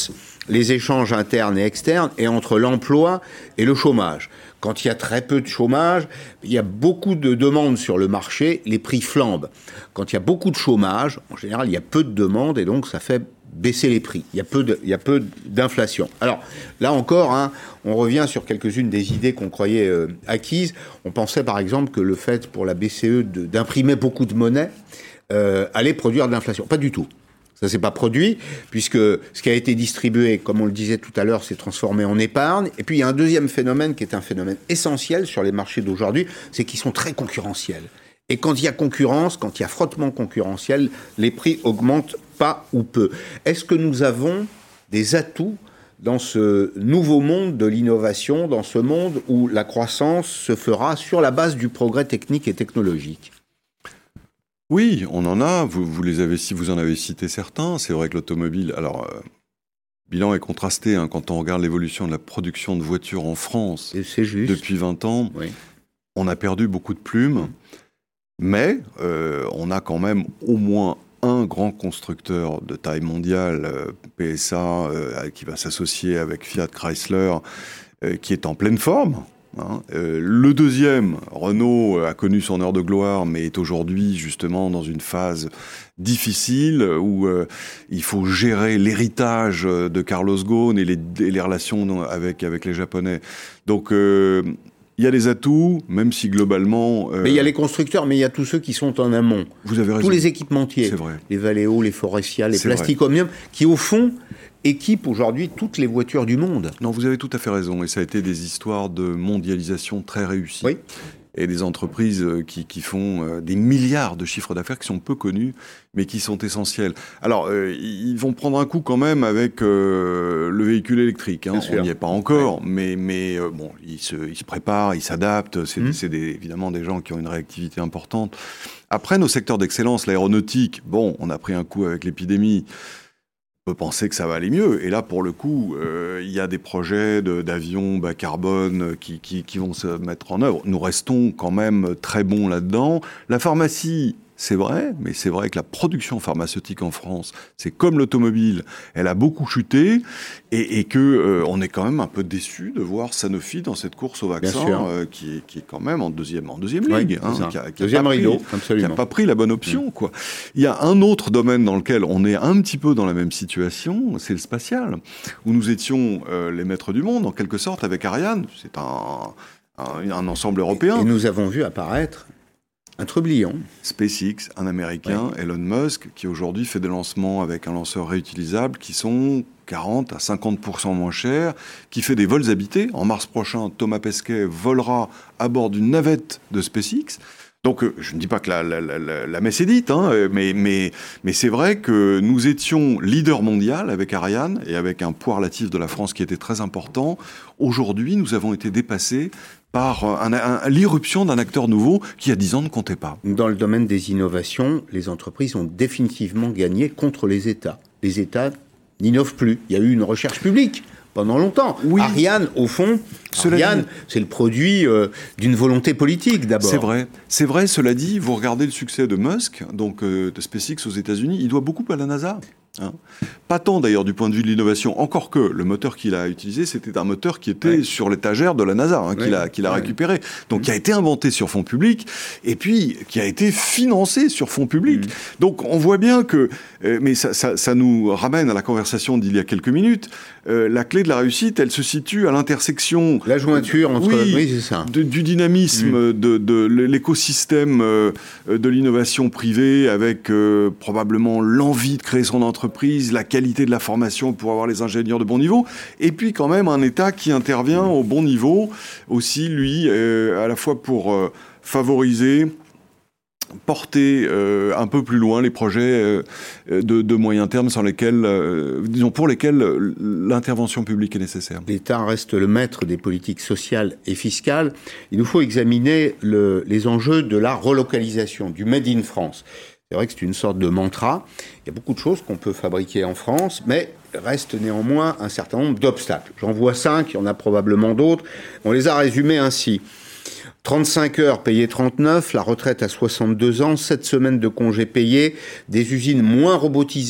les échanges internes et externes et entre l'emploi et le chômage. Quand il y a très peu de chômage, il y a beaucoup de demandes sur le marché, les prix flambent. Quand il y a beaucoup de chômage, en général, il y a peu de demandes et donc ça fait baisser les prix. Il y a peu de, il y a peu d'inflation. Alors là encore, hein, on revient sur quelques-unes des idées qu'on croyait euh, acquises. On pensait par exemple que le fait pour la B C E de, d'imprimer beaucoup de monnaie euh, allait produire de l'inflation. Pas du tout. Ça ne s'est pas produit, puisque ce qui a été distribué, comme on le disait tout à l'heure, s'est transformé en épargne. Et puis il y a un deuxième phénomène qui est un phénomène essentiel sur les marchés d'aujourd'hui, c'est qu'ils sont très concurrentiels. Et quand il y a concurrence, quand il y a frottement concurrentiel, les prix augmentent pas ou peu. Est-ce que nous avons des atouts dans ce nouveau monde de l'innovation, dans ce monde où la croissance se fera sur la base du progrès technique et technologique ? Oui, on en a. Vous, vous les avez, si vous en avez cité certains. C'est vrai que l'automobile. Alors, euh, le bilan est contrasté hein, quand on regarde l'évolution de la production de voitures en France. Et c'est juste. Depuis vingt ans. Oui. On a perdu beaucoup de plumes, mais euh, on a quand même au moins un grand constructeur de taille mondiale, euh, P S A, euh, qui va s'associer avec Fiat Chrysler, euh, qui est en pleine forme. Hein. Euh, le deuxième, Renault, a connu son heure de gloire, mais est aujourd'hui justement dans une phase difficile où euh, il faut gérer l'héritage de Carlos Ghosn et les, et les relations avec, avec les Japonais. Donc, euh, il y a des atouts, même si globalement... Euh... Mais il y a les constructeurs, mais il y a tous ceux qui sont en amont. Vous avez raison. Tous les équipementiers. C'est vrai. Les Valeo, les Forestia, les Plastic Omnium, qui au fond équipent aujourd'hui toutes les voitures du monde. Non, vous avez tout à fait raison. Et ça a été des histoires de mondialisation très réussies. Oui. Et des entreprises qui, qui font des milliards de chiffres d'affaires qui sont peu connus, mais qui sont essentiels. Alors, euh, ils vont prendre un coup quand même avec euh, le véhicule électrique. Hein. On n'y est pas encore, ouais. mais, mais euh, bon, ils se, ils se préparent, ils s'adaptent. C'est, mmh. c'est des, évidemment des gens qui ont une réactivité importante. Après, nos secteurs d'excellence, l'aéronautique, bon, on a pris un coup avec l'épidémie. On peut penser que ça va aller mieux. Et là, pour le coup, euh, il y a des projets de, d'avions bas carbone qui, qui, qui vont se mettre en œuvre. Nous restons quand même très bons là-dedans. La pharmacie, c'est vrai, mais c'est vrai que la production pharmaceutique en France, c'est comme l'automobile, elle a beaucoup chuté, et, et que euh, on est quand même un peu déçu de voir Sanofi dans cette course au vaccin, euh, qui, est, qui est quand même en deuxième, en deuxième oui, ligue, hein, qui a, qui deuxième a rideau, qui n'a pas pris la bonne option, mmh. quoi. Il y a un autre domaine dans lequel on est un petit peu dans la même situation, c'est le spatial, où nous étions euh, les maîtres du monde, en quelque sorte, avec Ariane. C'est un, un, un ensemble européen. Et, et nous avons vu apparaître un trublion. SpaceX, un Américain, oui. Elon Musk, qui aujourd'hui fait des lancements avec un lanceur réutilisable qui sont quarante à cinquante pour cent moins chers, qui fait des vols habités. En mars prochain, Thomas Pesquet volera à bord d'une navette de SpaceX. Donc, euh, je ne dis pas que la, la, la, la messe est dite, hein, mais, mais, mais c'est vrai que nous étions leader mondial avec Ariane et avec un poids relatif de la France qui était très important. Aujourd'hui, nous avons été dépassés par un, un, l'irruption d'un acteur nouveau qui, il y a dix ans, ne comptait pas. Dans le domaine des innovations, les entreprises ont définitivement gagné contre les États. Les États n'innovent plus. Il y a eu une recherche publique pendant longtemps. Oui. Ariane, au fond, cela Ariane, dit... c'est le produit euh, d'une volonté politique, d'abord. C'est vrai. C'est vrai, cela dit, vous regardez le succès de Musk, donc euh, de SpaceX aux États-Unis, il doit beaucoup à la NASA. Hein. Pas tant d'ailleurs du point de vue de l'innovation, encore que le moteur qu'il a utilisé, c'était un moteur qui était ouais. sur l'étagère de la NASA, hein, qu'il, ouais. a, qu'il a ouais. récupéré. Donc mmh. qui a été inventé sur fonds publics et puis qui a été financé sur fonds publics. Mmh. Donc on voit bien que, euh, mais ça, ça, ça nous ramène à la conversation d'il y a quelques minutes, euh, la clé de la réussite, elle se situe à l'intersection... La jointure entre... Oui, oui c'est ça. De, du dynamisme, mmh. de, de l'écosystème euh, de l'innovation privée avec euh, probablement l'envie de créer son entreprise, la qualité de la formation pour avoir les ingénieurs de bon niveau, et puis quand même un État qui intervient au bon niveau, aussi, lui, euh, à la fois pour euh, favoriser, porter euh, un peu plus loin les projets euh, de, de moyen terme sur lesquels, euh, disons, pour lesquels l'intervention publique est nécessaire. L'État reste le maître des politiques sociales et fiscales. Il nous faut examiner le, les enjeux de la relocalisation, du Made in France. C'est vrai que c'est une sorte de mantra. Il y a beaucoup de choses qu'on peut fabriquer en France, mais reste néanmoins un certain nombre d'obstacles. J'en vois cinq, il y en a probablement d'autres. On les a résumés ainsi. trente-cinq heures payées trente-neuf, la retraite à soixante-deux ans, sept semaines de congés payés, des usines moins robotisées,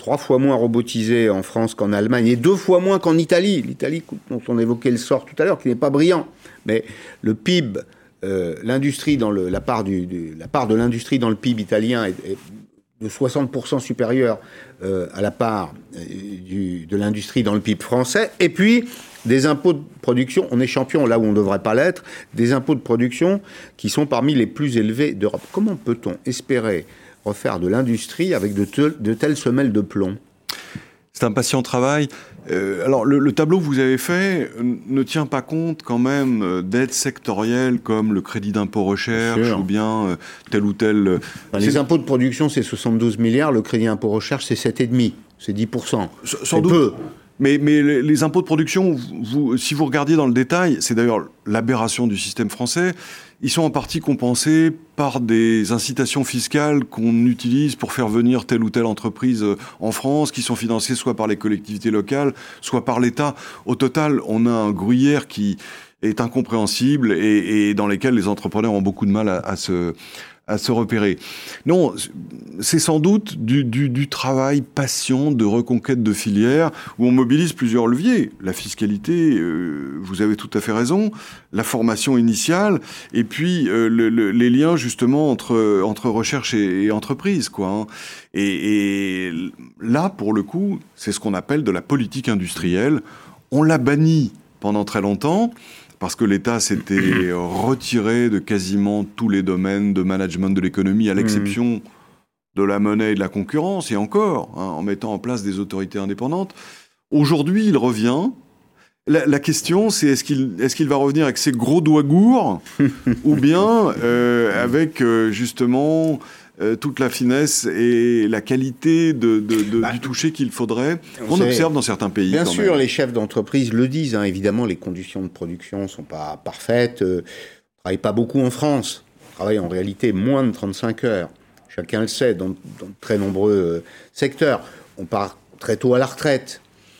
trois fois moins robotisé en France qu'en Allemagne et deux fois moins qu'en Italie. L'Italie, dont on évoquait le sort tout à l'heure, qui n'est pas brillant. Mais le P I B, euh, l'industrie dans le, la, part du, du, la part de l'industrie dans le P I B italien est, est de soixante pour cent supérieure euh, à la part euh, du, de l'industrie dans le P I B français. Et puis, des impôts de production, on est champion là où on ne devrait pas l'être, des impôts de production qui sont parmi les plus élevés d'Europe. Comment peut-on espérer refaire de l'industrie avec de, te, de telles semelles de plomb ? C'est un patient travail. Euh, alors, le, le tableau que vous avez fait ne tient pas compte quand même d'aides sectorielles comme le crédit d'impôt recherche ou bien euh, tel ou tel... Enfin, les impôts de production, c'est soixante-douze milliards, le crédit impôt recherche, c'est sept virgule cinq, c'est dix pour cent. Sans doute. Peu. Mais, mais les impôts de production, vous, si vous regardiez dans le détail, c'est d'ailleurs l'aberration du système français, ils sont en partie compensés par des incitations fiscales qu'on utilise pour faire venir telle ou telle entreprise en France, qui sont financées soit par les collectivités locales, soit par l'État. Au total, on a un gruyère qui est incompréhensible et, et dans lesquels les entrepreneurs ont beaucoup de mal à, à se... à se repérer. Non, c'est sans doute du, du, du travail patient de reconquête de filières où on mobilise plusieurs leviers. La fiscalité, euh, vous avez tout à fait raison, la formation initiale, et puis euh, le, le, les liens justement entre, entre recherche et, et entreprise, quoi. Hein. Et, et là, pour le coup, c'est ce qu'on appelle de la politique industrielle. On l'a banni pendant très longtemps, parce que l'État s'était retiré de quasiment tous les domaines de management de l'économie, à l'exception de la monnaie et de la concurrence, et encore, hein, en mettant en place des autorités indépendantes. Aujourd'hui, il revient. La, la question, c'est est-ce qu'il, est-ce qu'il va revenir avec ses gros doigts gourds, ou bien euh, avec, euh, justement... Euh, toute la finesse et la qualité de, de, de, bah, du toucher qu'il faudrait, qu'on observe dans certains pays. Bien quand sûr, même. Les chefs d'entreprise le disent. Hein, évidemment, les conditions de production ne sont pas parfaites. Euh, on ne travaille pas beaucoup en France. On travaille en réalité moins de trente-cinq heures. Chacun le sait, dans, dans de très nombreux euh, secteurs. On part très tôt à la retraite.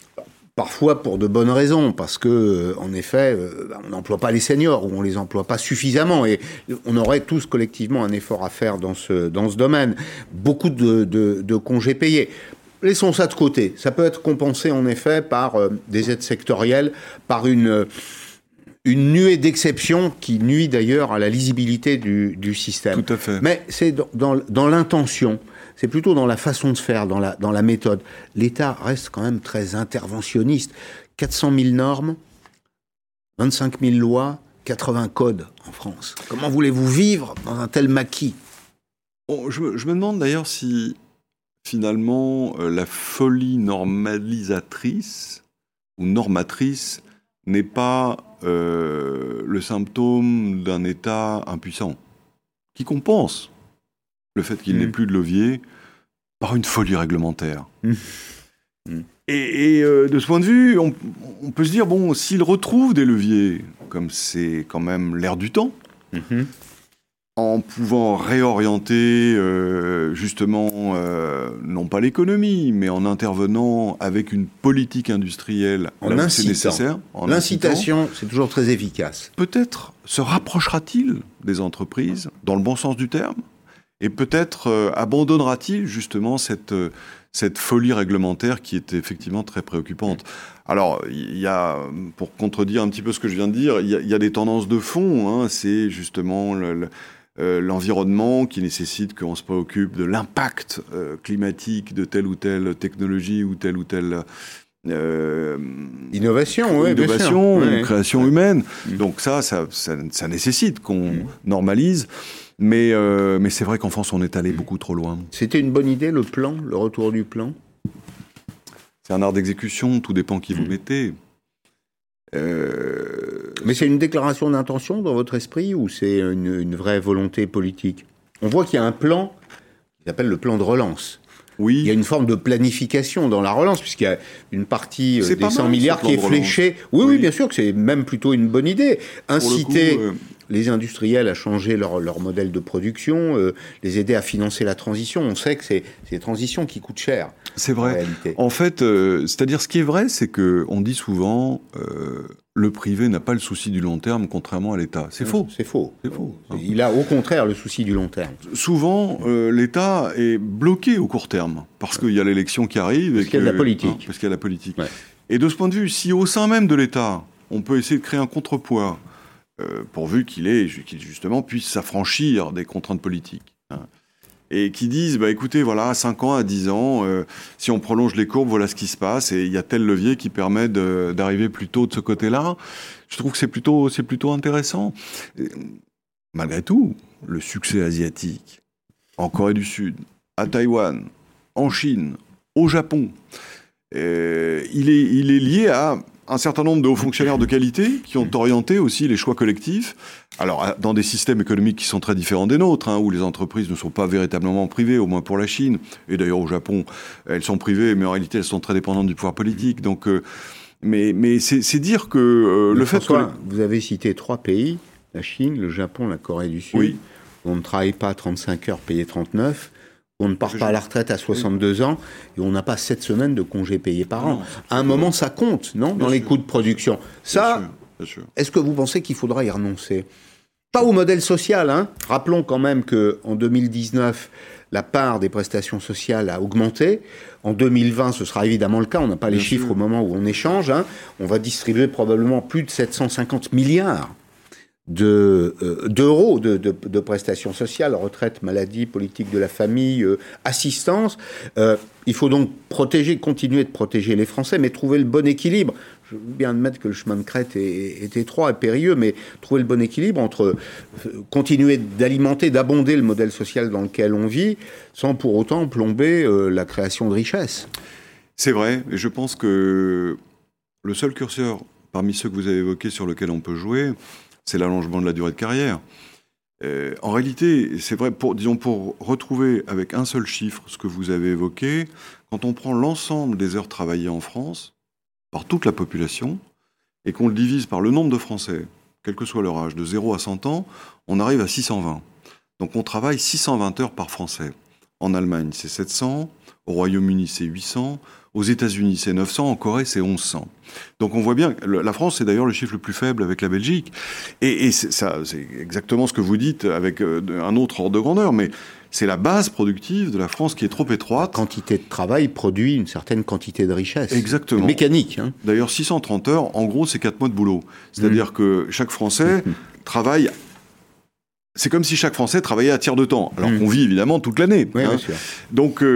Parfois pour de bonnes raisons, parce que, euh, en effet, euh, on n'emploie pas les seniors, ou on les emploie pas suffisamment, et on aurait tous collectivement un effort à faire dans ce, dans ce domaine. Beaucoup de, de, de congés payés. Laissons ça de côté. Ça peut être compensé, en effet, par euh, des aides sectorielles, par une, euh, une nuée d'exceptions qui nuit d'ailleurs à la lisibilité du, du système. Tout à fait. Mais c'est dans, dans, dans l'intention. C'est plutôt dans la façon de faire, dans la, dans la méthode. L'État reste quand même très interventionniste. quatre cent mille normes, vingt-cinq mille lois, quatre-vingts codes en France. Comment voulez-vous vivre dans un tel maquis ? Bon, je, me, je me demande d'ailleurs si, finalement, euh, la folie normalisatrice ou normatrice n'est pas euh, le symptôme d'un État impuissant, qui compense le fait qu'il mmh. n'ait plus de levier par une folie réglementaire. Mmh. Mmh. Et, et euh, de ce point de vue, on, on peut se dire, bon, s'il retrouve des leviers, comme c'est quand même l'air du temps, mmh. en pouvant réorienter euh, justement, euh, non pas l'économie, mais en intervenant avec une politique industrielle en là où incitant. C'est nécessaire. En L'incitation, incitant, c'est toujours très efficace. Peut-être se rapprochera-t-il des entreprises, dans le bon sens du terme, et peut-être euh, abandonnera-t-il justement cette, euh, cette folie réglementaire qui est effectivement très préoccupante. Alors, il y a, pour contredire un petit peu ce que je viens de dire, il y a, il y a des tendances de fond. Hein, c'est justement le, le, euh, l'environnement qui nécessite qu'on se préoccupe de l'impact euh, climatique de telle ou telle technologie ou telle ou telle... Euh, innovation, oui, innovation, bien sûr. création ouais. humaine. Mmh. Donc ça, ça, ça, ça nécessite qu'on mmh. normalise. Mais, euh, mais c'est vrai qu'en France, on est allé beaucoup trop loin. C'était une bonne idée, le plan, le retour du plan ? C'est un art d'exécution, tout dépend qui mmh. vous mettez. Euh... Mais c'est une déclaration d'intention dans votre esprit ou c'est une, une vraie volonté politique ? On voit qu'il y a un plan qui s'appelle le plan de relance. Oui. Il y a une forme de planification dans la relance, puisqu'il y a une partie euh, des cent milliards qui est fléchée. Oui, oui, oui, bien sûr que c'est même plutôt une bonne idée. Inciter, coup, euh... les industriels à changer leur, leur modèle de production, euh, les aider à financer la transition. On sait que c'est, c'est des transitions qui coûtent cher. C'est vrai. En, en fait, euh, c'est-à-dire ce qui est vrai, c'est qu'on dit souvent euh, le privé n'a pas le souci du long terme, contrairement à l'État. C'est faux. C'est faux. C'est faux. Il a au contraire le souci du long terme. Souvent, euh, l'État est bloqué au court terme, parce qu'il y a l'élection qui arrive. Parce et qu'il y a de la politique. Non, parce qu'il y a la politique. Ouais. Et de ce point de vue, si au sein même de l'État, on peut essayer de créer un contrepoids, euh, pourvu qu'il ait, qu'il justement puisse s'affranchir des contraintes politiques, hein, et qui disent, bah, écoutez, voilà, à cinq ans, à dix ans, euh, si on prolonge les courbes, voilà ce qui se passe, et il y a tel levier qui permet de, d'arriver plus tôt de ce côté-là. Je trouve que c'est plutôt, c'est plutôt intéressant. Et, malgré tout, le succès asiatique, en Corée du Sud, à Taïwan, en Chine, au Japon, euh, il est, il est lié à un certain nombre de hauts fonctionnaires de qualité qui ont orienté aussi les choix collectifs. Alors, dans des systèmes économiques qui sont très différents des nôtres, hein, où les entreprises ne sont pas véritablement privées, au moins pour la Chine. Et d'ailleurs, au Japon, elles sont privées, mais en réalité, elles sont très dépendantes du pouvoir politique. Donc, euh, mais, mais c'est, c'est dire que euh, le François, fait que... Vous avez cité trois pays, la Chine, le Japon, la Corée du Sud. Oui. On ne travaille pas trente-cinq heures payées trente-neuf. On ne part pas à la retraite à soixante-deux ans et on n'a pas sept semaines de congés payés par an. À un moment, ça compte, non, dans les coûts de production. Ça, bien sûr, bien sûr. Est-ce que vous pensez qu'il faudra y renoncer ? Pas au modèle social, hein. Rappelons quand même qu'en deux mille dix-neuf, la part des prestations sociales a augmenté. En deux mille vingt, ce sera évidemment le cas. On n'a pas les bien chiffres sûr. au moment où on échange, hein. On va distribuer probablement plus de sept cent cinquante milliards de, euh, d'euros de, de, de prestations sociales, retraite, maladie, politique de la famille, euh, assistance. Euh, il faut donc protéger, continuer de protéger les Français, mais trouver le bon équilibre. Je veux bien admettre que le chemin de crête est, est étroit et périlleux, mais trouver le bon équilibre entre euh, continuer d'alimenter, d'abonder le modèle social dans lequel on vit, sans pour autant plomber euh, la création de richesses. C'est vrai, et je pense que le seul curseur parmi ceux que vous avez évoqués sur lequel on peut jouer, c'est l'allongement de la durée de carrière. Euh, en réalité, c'est vrai, pour, disons, pour retrouver avec un seul chiffre ce que vous avez évoqué, quand on prend l'ensemble des heures travaillées en France, par toute la population, et qu'on le divise par le nombre de Français, quel que soit leur âge, de zéro à cent ans, on arrive à six cent vingt. Donc on travaille six cent vingt heures par Français. En Allemagne, c'est sept cents, au Royaume-Uni, c'est huit cents, aux États-Unis, c'est neuf cents, en Corée, c'est onze cents. Donc on voit bien, la France, c'est d'ailleurs le chiffre le plus faible avec la Belgique. Et, et c'est, ça, c'est exactement ce que vous dites avec un autre ordre de grandeur, mais c'est la base productive de la France qui est trop étroite. La quantité de travail produit une certaine quantité de richesse. Exactement. C'est mécanique. Hein. D'ailleurs, six cent trente heures, en gros, c'est quatre mois de boulot. C'est-à-dire mmh. que chaque Français mmh. travaille... C'est comme si chaque Français travaillait à tiers de temps, alors mmh. qu'on vit évidemment toute l'année. Oui, hein. bien sûr. Donc,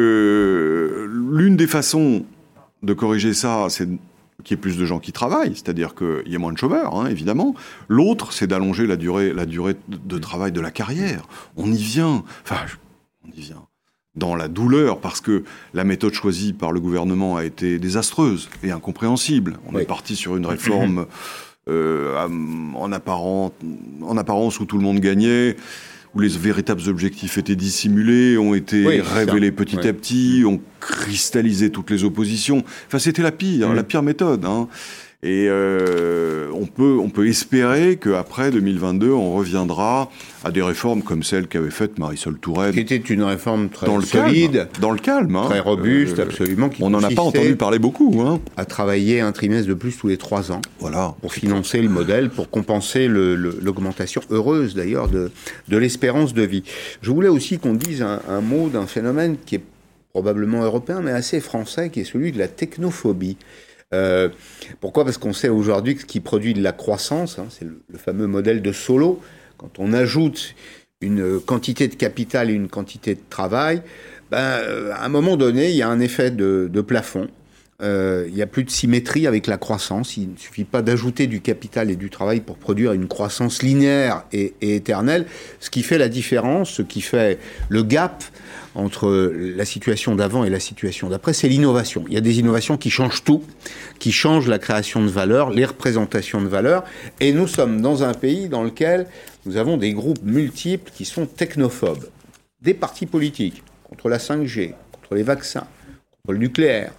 euh, l'une des façons de corriger ça, c'est qu'il y ait plus de gens qui travaillent, c'est-à-dire qu'il y ait moins de chômeurs, hein, évidemment. L'autre, c'est d'allonger la durée, la durée de travail de la carrière. On y vient, enfin, on y vient dans la douleur, parce que la méthode choisie par le gouvernement a été désastreuse et incompréhensible. On oui. est parti sur une réforme... Euh, en, apparent, en apparence où tout le monde gagnait, où les véritables objectifs étaient dissimulés, ont été oui, révélés petit ouais. à petit, ont cristallisé toutes les oppositions. Enfin, c'était la pire, mmh. la pire méthode. Hein. Et euh, on peut, on peut espérer qu'après deux mille vingt-deux, on reviendra à des réformes comme celle qu'avait faite Marisol Touraine. Qui était une réforme très dans le solide. Calme, dans le calme. Hein. Très robuste, euh, absolument. Qui on n'en a pas entendu parler beaucoup. Hein. À travailler un trimestre de plus tous les trois ans. Voilà. Pour financer le modèle, pour compenser le, le, l'augmentation heureuse d'ailleurs de, de l'espérance de vie. Je voulais aussi qu'on dise un, un mot d'un phénomène qui est probablement européen, mais assez français, qui est celui de la technophobie. Euh, pourquoi ? Parce qu'on sait aujourd'hui que ce qui produit de la croissance, hein, c'est le, le fameux modèle de Solow. Quand on ajoute une quantité de capital et une quantité de travail, ben, euh, à un moment donné, il y a un effet de, de plafond. Euh, il n'y a plus de symétrie avec la croissance. Il ne suffit pas d'ajouter du capital et du travail pour produire une croissance linéaire et, et éternelle. Ce qui fait la différence, ce qui fait le gap entre la situation d'avant et la situation d'après, c'est l'innovation. Il y a des innovations qui changent tout, qui changent la création de valeur, les représentations de valeur. Et nous sommes dans un pays dans lequel nous avons des groupes multiples qui sont technophobes. Des partis politiques, contre la cinq G, contre les vaccins, contre le nucléaire,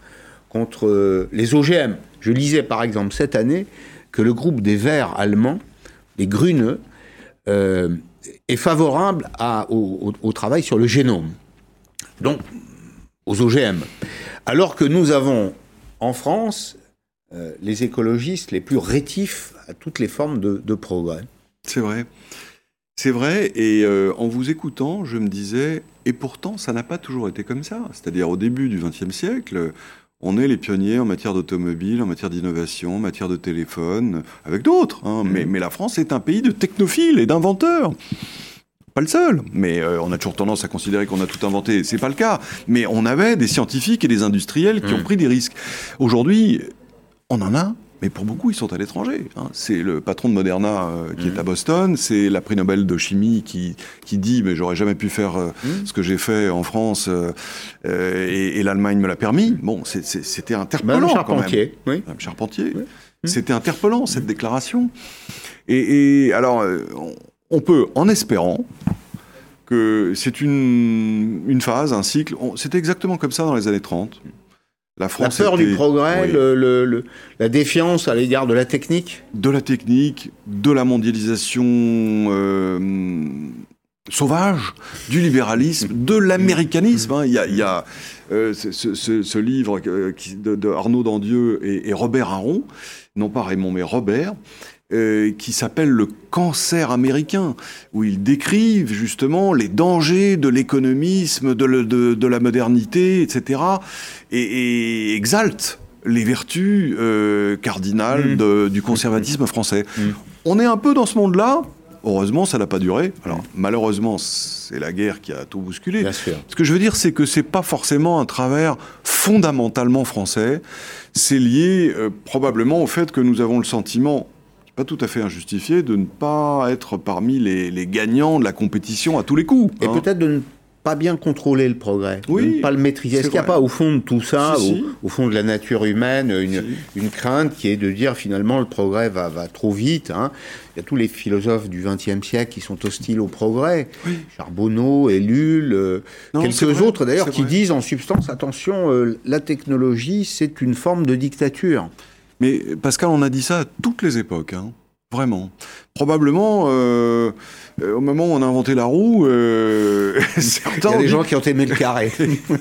contre les O G M. Je lisais par exemple cette année que le groupe des Verts allemands, les Grüne, euh, est favorable à, au, au, au travail sur le génome, donc aux O G M. Alors que nous avons en France euh, les écologistes les plus rétifs à toutes les formes de, de progrès. C'est vrai. C'est vrai, et euh, en vous écoutant, je me disais, et pourtant, ça n'a pas toujours été comme ça. C'est-à-dire, au début du vingtième siècle, on est les pionniers en matière d'automobile, en matière d'innovation, en matière de téléphone, avec d'autres. Hein. Mmh. Mais, mais la France est un pays de technophiles et d'inventeurs. Pas le seul, mais euh, on a toujours tendance à considérer qu'on a tout inventé. C'est pas le cas. Mais on avait des scientifiques et des industriels qui mmh. ont pris des risques. Aujourd'hui, on en a. Mais pour beaucoup, ils sont à l'étranger. Hein. C'est le patron de Moderna euh, qui mmh. est à Boston, c'est la prix Nobel de chimie qui, qui dit « mais j'aurais jamais pu faire euh, mmh. ce que j'ai fait en France euh, euh, et, et l'Allemagne me l'a permis ». Bon, c'est, c'est, c'était interpellant Madame quand même. Charpentier, oui. Madame Charpentier. Oui. C'était interpellant, cette mmh. déclaration. Et, et alors, euh, on, on peut, en espérant que c'est une, une phase, un cycle, on, c'était exactement comme ça dans les années trente. La, France la peur était, du progrès, oui. le, le, le, la défiance à l'égard de la technique. De la technique, de la mondialisation euh, sauvage, du libéralisme, de l'américanisme. Hein. Il y a, il y a euh, ce, ce, ce livre qui, de, de Arnaud Dandieu et, et Robert Aron, non pas Raymond mais Robert, Euh, qui s'appelle « Le cancer américain », où ils décrivent justement les dangers de l'économisme, de, le, de, de la modernité, et cetera, et, et exaltent les vertus euh, cardinales mmh. de, du conservatisme français. Mmh. On est un peu dans ce monde-là. Heureusement, ça n'a pas duré. Alors, malheureusement, c'est la guerre qui a tout bousculé. Bien sûr. Ce que je veux dire, c'est que c'est pas forcément un travers fondamentalement français. C'est lié euh, probablement au fait que nous avons le sentiment, pas tout à fait injustifié, de ne pas être parmi les, les gagnants de la compétition à tous les coups. Et hein. peut-être de ne pas bien contrôler le progrès, oui, de ne pas le maîtriser. Est-ce qu'il n'y a pas au fond de tout ça, si, au, si. au fond de la nature humaine, une, si. une crainte qui est de dire finalement le progrès va, va trop vite. Hein. Il y a tous les philosophes du vingtième siècle qui sont hostiles au progrès. Oui. Charbonneau, Ellul, euh, non, quelques autres d'ailleurs qui vrai. disent en substance, attention, euh, la technologie c'est une forme de dictature. Mais Pascal, on a dit ça à toutes les époques, hein. Vraiment. Probablement, euh, euh, au moment où on a inventé la roue, euh, certains... Il y a des dit... gens qui ont aimé le carré.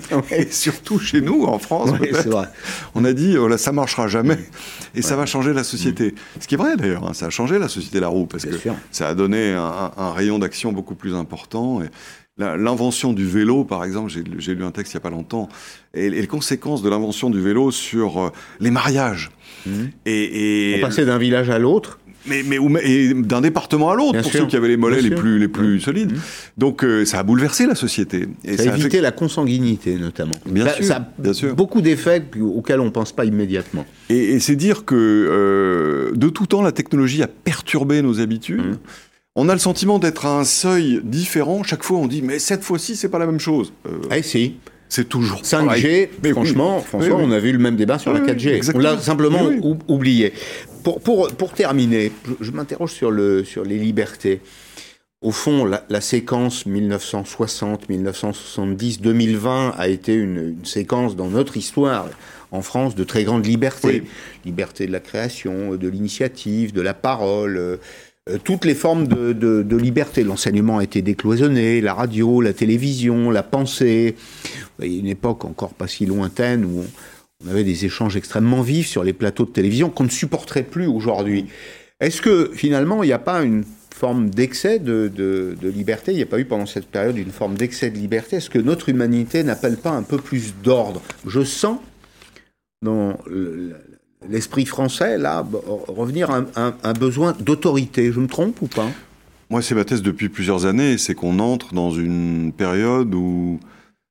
Et surtout chez nous, en France, oui, c'est vrai. On a dit, oh là, ça marchera jamais, et ouais. ça va changer la société. Mmh. Ce qui est vrai, d'ailleurs, hein, ça a changé la société, la roue, parce Bien que sûr. ça a donné un, un rayon d'action beaucoup plus important. Et l'invention du vélo, par exemple, j'ai, j'ai lu un texte il n'y a pas longtemps, et, et les conséquences de l'invention du vélo sur euh, les mariages. Mmh. Et, et... On passait d'un village à l'autre. Mais, mais et d'un département à l'autre, Bien pour sûr. ceux qui avaient les mollets les plus, les plus oui. solides. Mmh. Donc euh, ça a bouleversé la société. Et ça, ça a évité fait... la consanguinité, notamment. Bien ça, sûr. Ça a bien sûr. beaucoup d'effets auxquels on ne pense pas immédiatement. Et, et c'est dire que euh, de tout temps, la technologie a perturbé nos habitudes. Mmh. On a le sentiment d'être à un seuil différent. Chaque fois, on dit, mais cette fois-ci, c'est pas la même chose. Euh, ah si. C'est toujours cinq G, mais franchement, oui. François, oui, oui. on a vu le même débat sur oui, la quatre G. Oui, on l'a simplement oui, oui. oublié. Pour, pour, pour terminer, je, je m'interroge sur, le, sur les libertés. Au fond, la, la séquence dix-neuf cent soixante, dix-neuf cent soixante-dix, deux mille vingt a été une, une séquence dans notre histoire, en France, de très grande liberté. Oui. Liberté de la création, de l'initiative, de la parole... Euh, toutes les formes de, de, de liberté. L'enseignement a été décloisonné, la radio, la télévision, la pensée. Il y a une époque encore pas si lointaine où on, on avait des échanges extrêmement vifs sur les plateaux de télévision qu'on ne supporterait plus aujourd'hui. Est-ce que finalement il n'y a pas une forme d'excès de, de, de liberté ? Il n'y a pas eu pendant cette période une forme d'excès de liberté ? Est-ce que notre humanité n'appelle pas un peu plus d'ordre ? Je sens dans le, l'esprit français, là, revenir à un, un, un besoin d'autorité. Je me trompe ou pas ? Moi, c'est ma thèse depuis plusieurs années, c'est qu'on entre dans une période où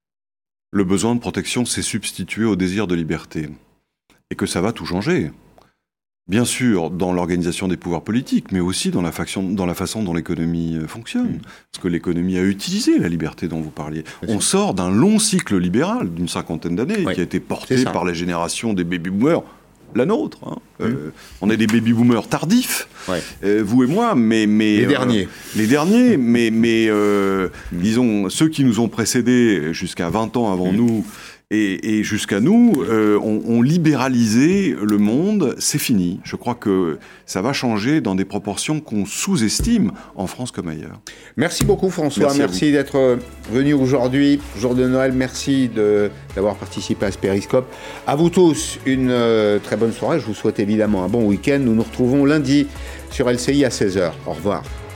le besoin de protection s'est substitué au désir de liberté. Et que ça va tout changer. Bien sûr, dans l'organisation des pouvoirs politiques, mais aussi dans la, faction, dans la façon dont l'économie fonctionne. Mmh. Parce que l'économie a utilisé la liberté dont vous parliez. Bien On sûr. sort d'un long cycle libéral d'une cinquantaine d'années, oui. qui a été porté par les générations des baby-boomers, la nôtre. Hein. Mmh. Euh, on est des baby-boomers tardifs, ouais. euh, vous et moi, mais... mais les euh, derniers. Les derniers, mais, mais euh, mmh. disons, ceux qui nous ont précédés jusqu'à vingt ans avant mmh. nous, Et, et jusqu'à nous, euh, on, on libéralisait le monde, c'est fini. Je crois que ça va changer dans des proportions qu'on sous-estime en France comme ailleurs. Merci beaucoup François, merci, merci d'être venu aujourd'hui, jour de Noël, merci de, d'avoir participé à ce Périscope. À vous tous, une euh, très bonne soirée, je vous souhaite évidemment un bon week-end. Nous nous retrouvons lundi sur L C I à seize heures. Au revoir.